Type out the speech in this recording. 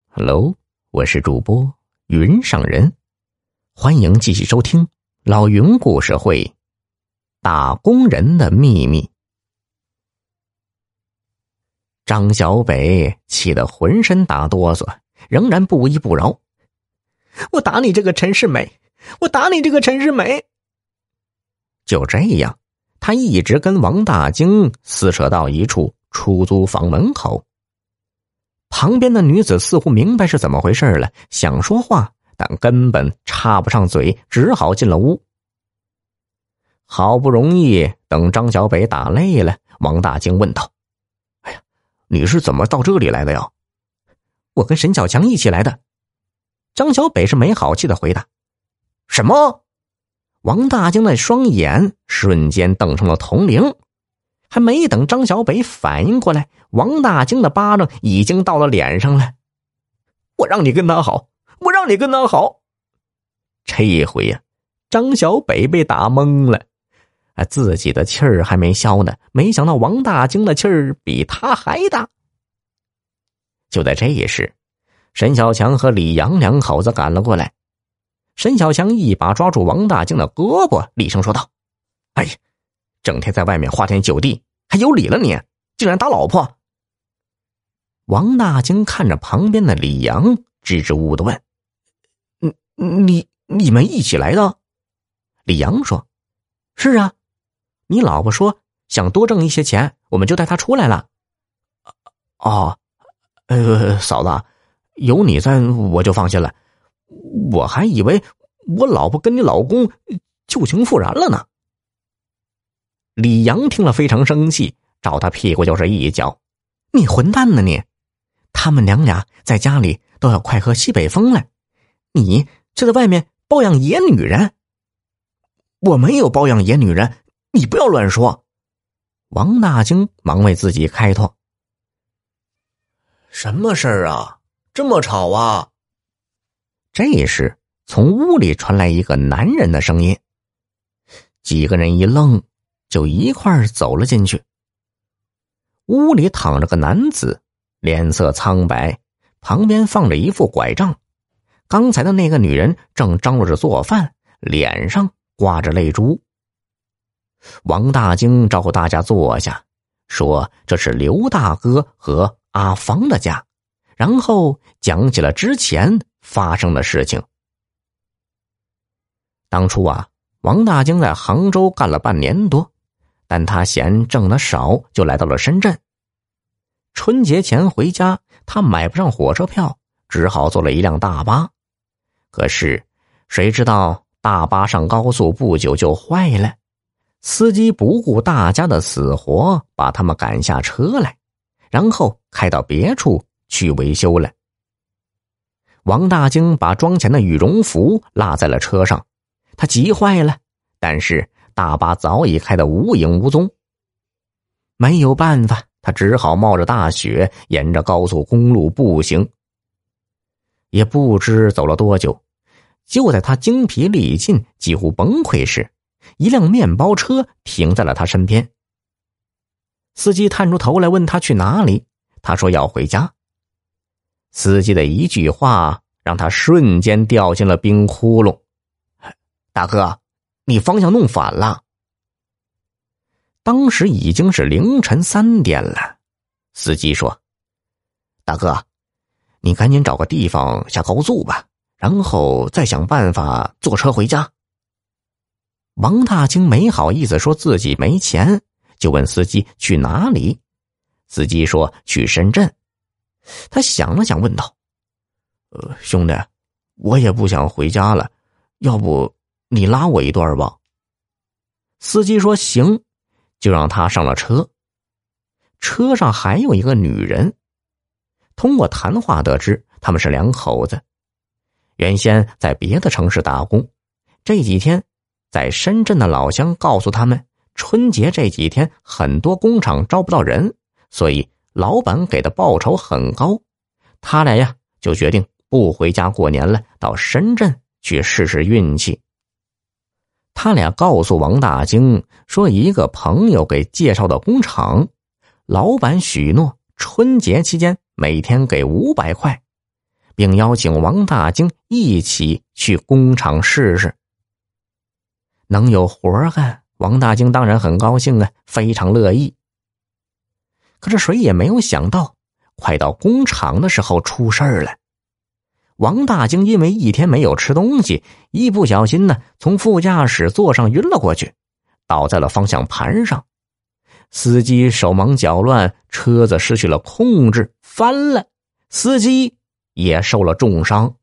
Hello， 我是主播云上人，欢迎继续收听老云故事会《打工人的秘密》。张小北气得浑身打哆嗦，仍然不依不饶。我打你这个陈世美，我打你这个陈世美！就这样，他一直跟王大京撕扯到一处出租房门口。旁边的女子似乎明白是怎么回事了，想说话，但根本插不上嘴，只好进了屋。好不容易等张小北打累了，王大京问道：哎呀，你是怎么到这里来的呀？我跟沈小强一起来的。张小北是没好气的回答。什么？王大京的双眼瞬间瞪成了铜铃。还没等张小北反应过来，王大京的巴掌已经到了脸上了。我让你跟他好，我让你跟他好。这一回呀，张小北被打懵了，自己的气儿还没消呢，没想到王大京的气儿比他还大。就在这时，沈小强和李阳两口子赶了过来。沈小强一把抓住王大京的胳膊，厉声说道：哎呀，整天在外面花天酒地，还有理了你，竟然打老婆！王大京看着旁边的李阳，支支吾吾地问：你们一起来的？李阳说：是啊，你老婆说想多挣一些钱，我们就带她出来了。哦，嫂子，有你在我就放心了，我还以为我老婆跟你老公旧情复燃了呢。李阳听了非常生气，照他屁股就是一脚。你混蛋呢你！他们娘俩在家里都要快喝西北风了，你这在外面包养野女人。我没有包养野女人，你不要乱说。王大京忙为自己开脱。 什么事儿啊？这么吵啊！ 这时从屋里传来一个男人的声音。几个人一愣，就一块儿走了进去。屋里躺着个男子，脸色苍白，旁边放着一副拐杖。刚才的那个女人正张罗着做饭，脸上挂着泪珠。王大京招呼大家坐下，说这是刘大哥和阿芳的家，然后讲起了之前发生的事情。当初啊，王大京在杭州干了半年多，但他嫌挣得少，就来到了深圳。春节前回家，他买不上火车票，只好坐了一辆大巴。可是谁知道大巴上高速不久就坏了，司机不顾大家的死活，把他们赶下车来，然后开到别处去维修了。王大京把装钱的羽绒服落在了车上，他急坏了，但是大巴早已开得无影无踪。没有办法，他只好冒着大雪沿着高速公路步行。也不知走了多久，就在他精疲力尽几乎崩溃时，一辆面包车停在了他身边。司机探出头来问他去哪里，他说要回家。司机的一句话让他瞬间掉进了冰窟窿。大哥，你方向弄反了。当时已经是凌晨3点了。司机说：大哥，你赶紧找个地方下高速吧，然后再想办法坐车回家。王大京没好意思说自己没钱，就问司机去哪里。司机说去深圳。他想了想问道：兄弟，我也不想回家了，要不你拉我一段吧。司机说行，就让他上了车。车上还有一个女人，通过谈话得知他们是两口子，原先在别的城市打工，这几天在深圳的老乡告诉他们，春节这几天很多工厂招不到人，所以老板给的报酬很高。他俩呀就决定不回家过年了，到深圳去试试运气。他俩告诉王大京说，一个朋友给介绍的工厂，老板许诺春节期间每天给500块， 并邀请王大惊一起去工厂试试。能有活干，王大惊当然很高兴啊，非常乐意。可是谁也没有想到，快到工厂的时候出事儿了。王大惊因为一天没有吃东西，一不小心呢，从副驾驶座上晕了过去，倒在了方向盘上。司机手忙脚乱，车子失去了控制，翻了，司机也受了重伤。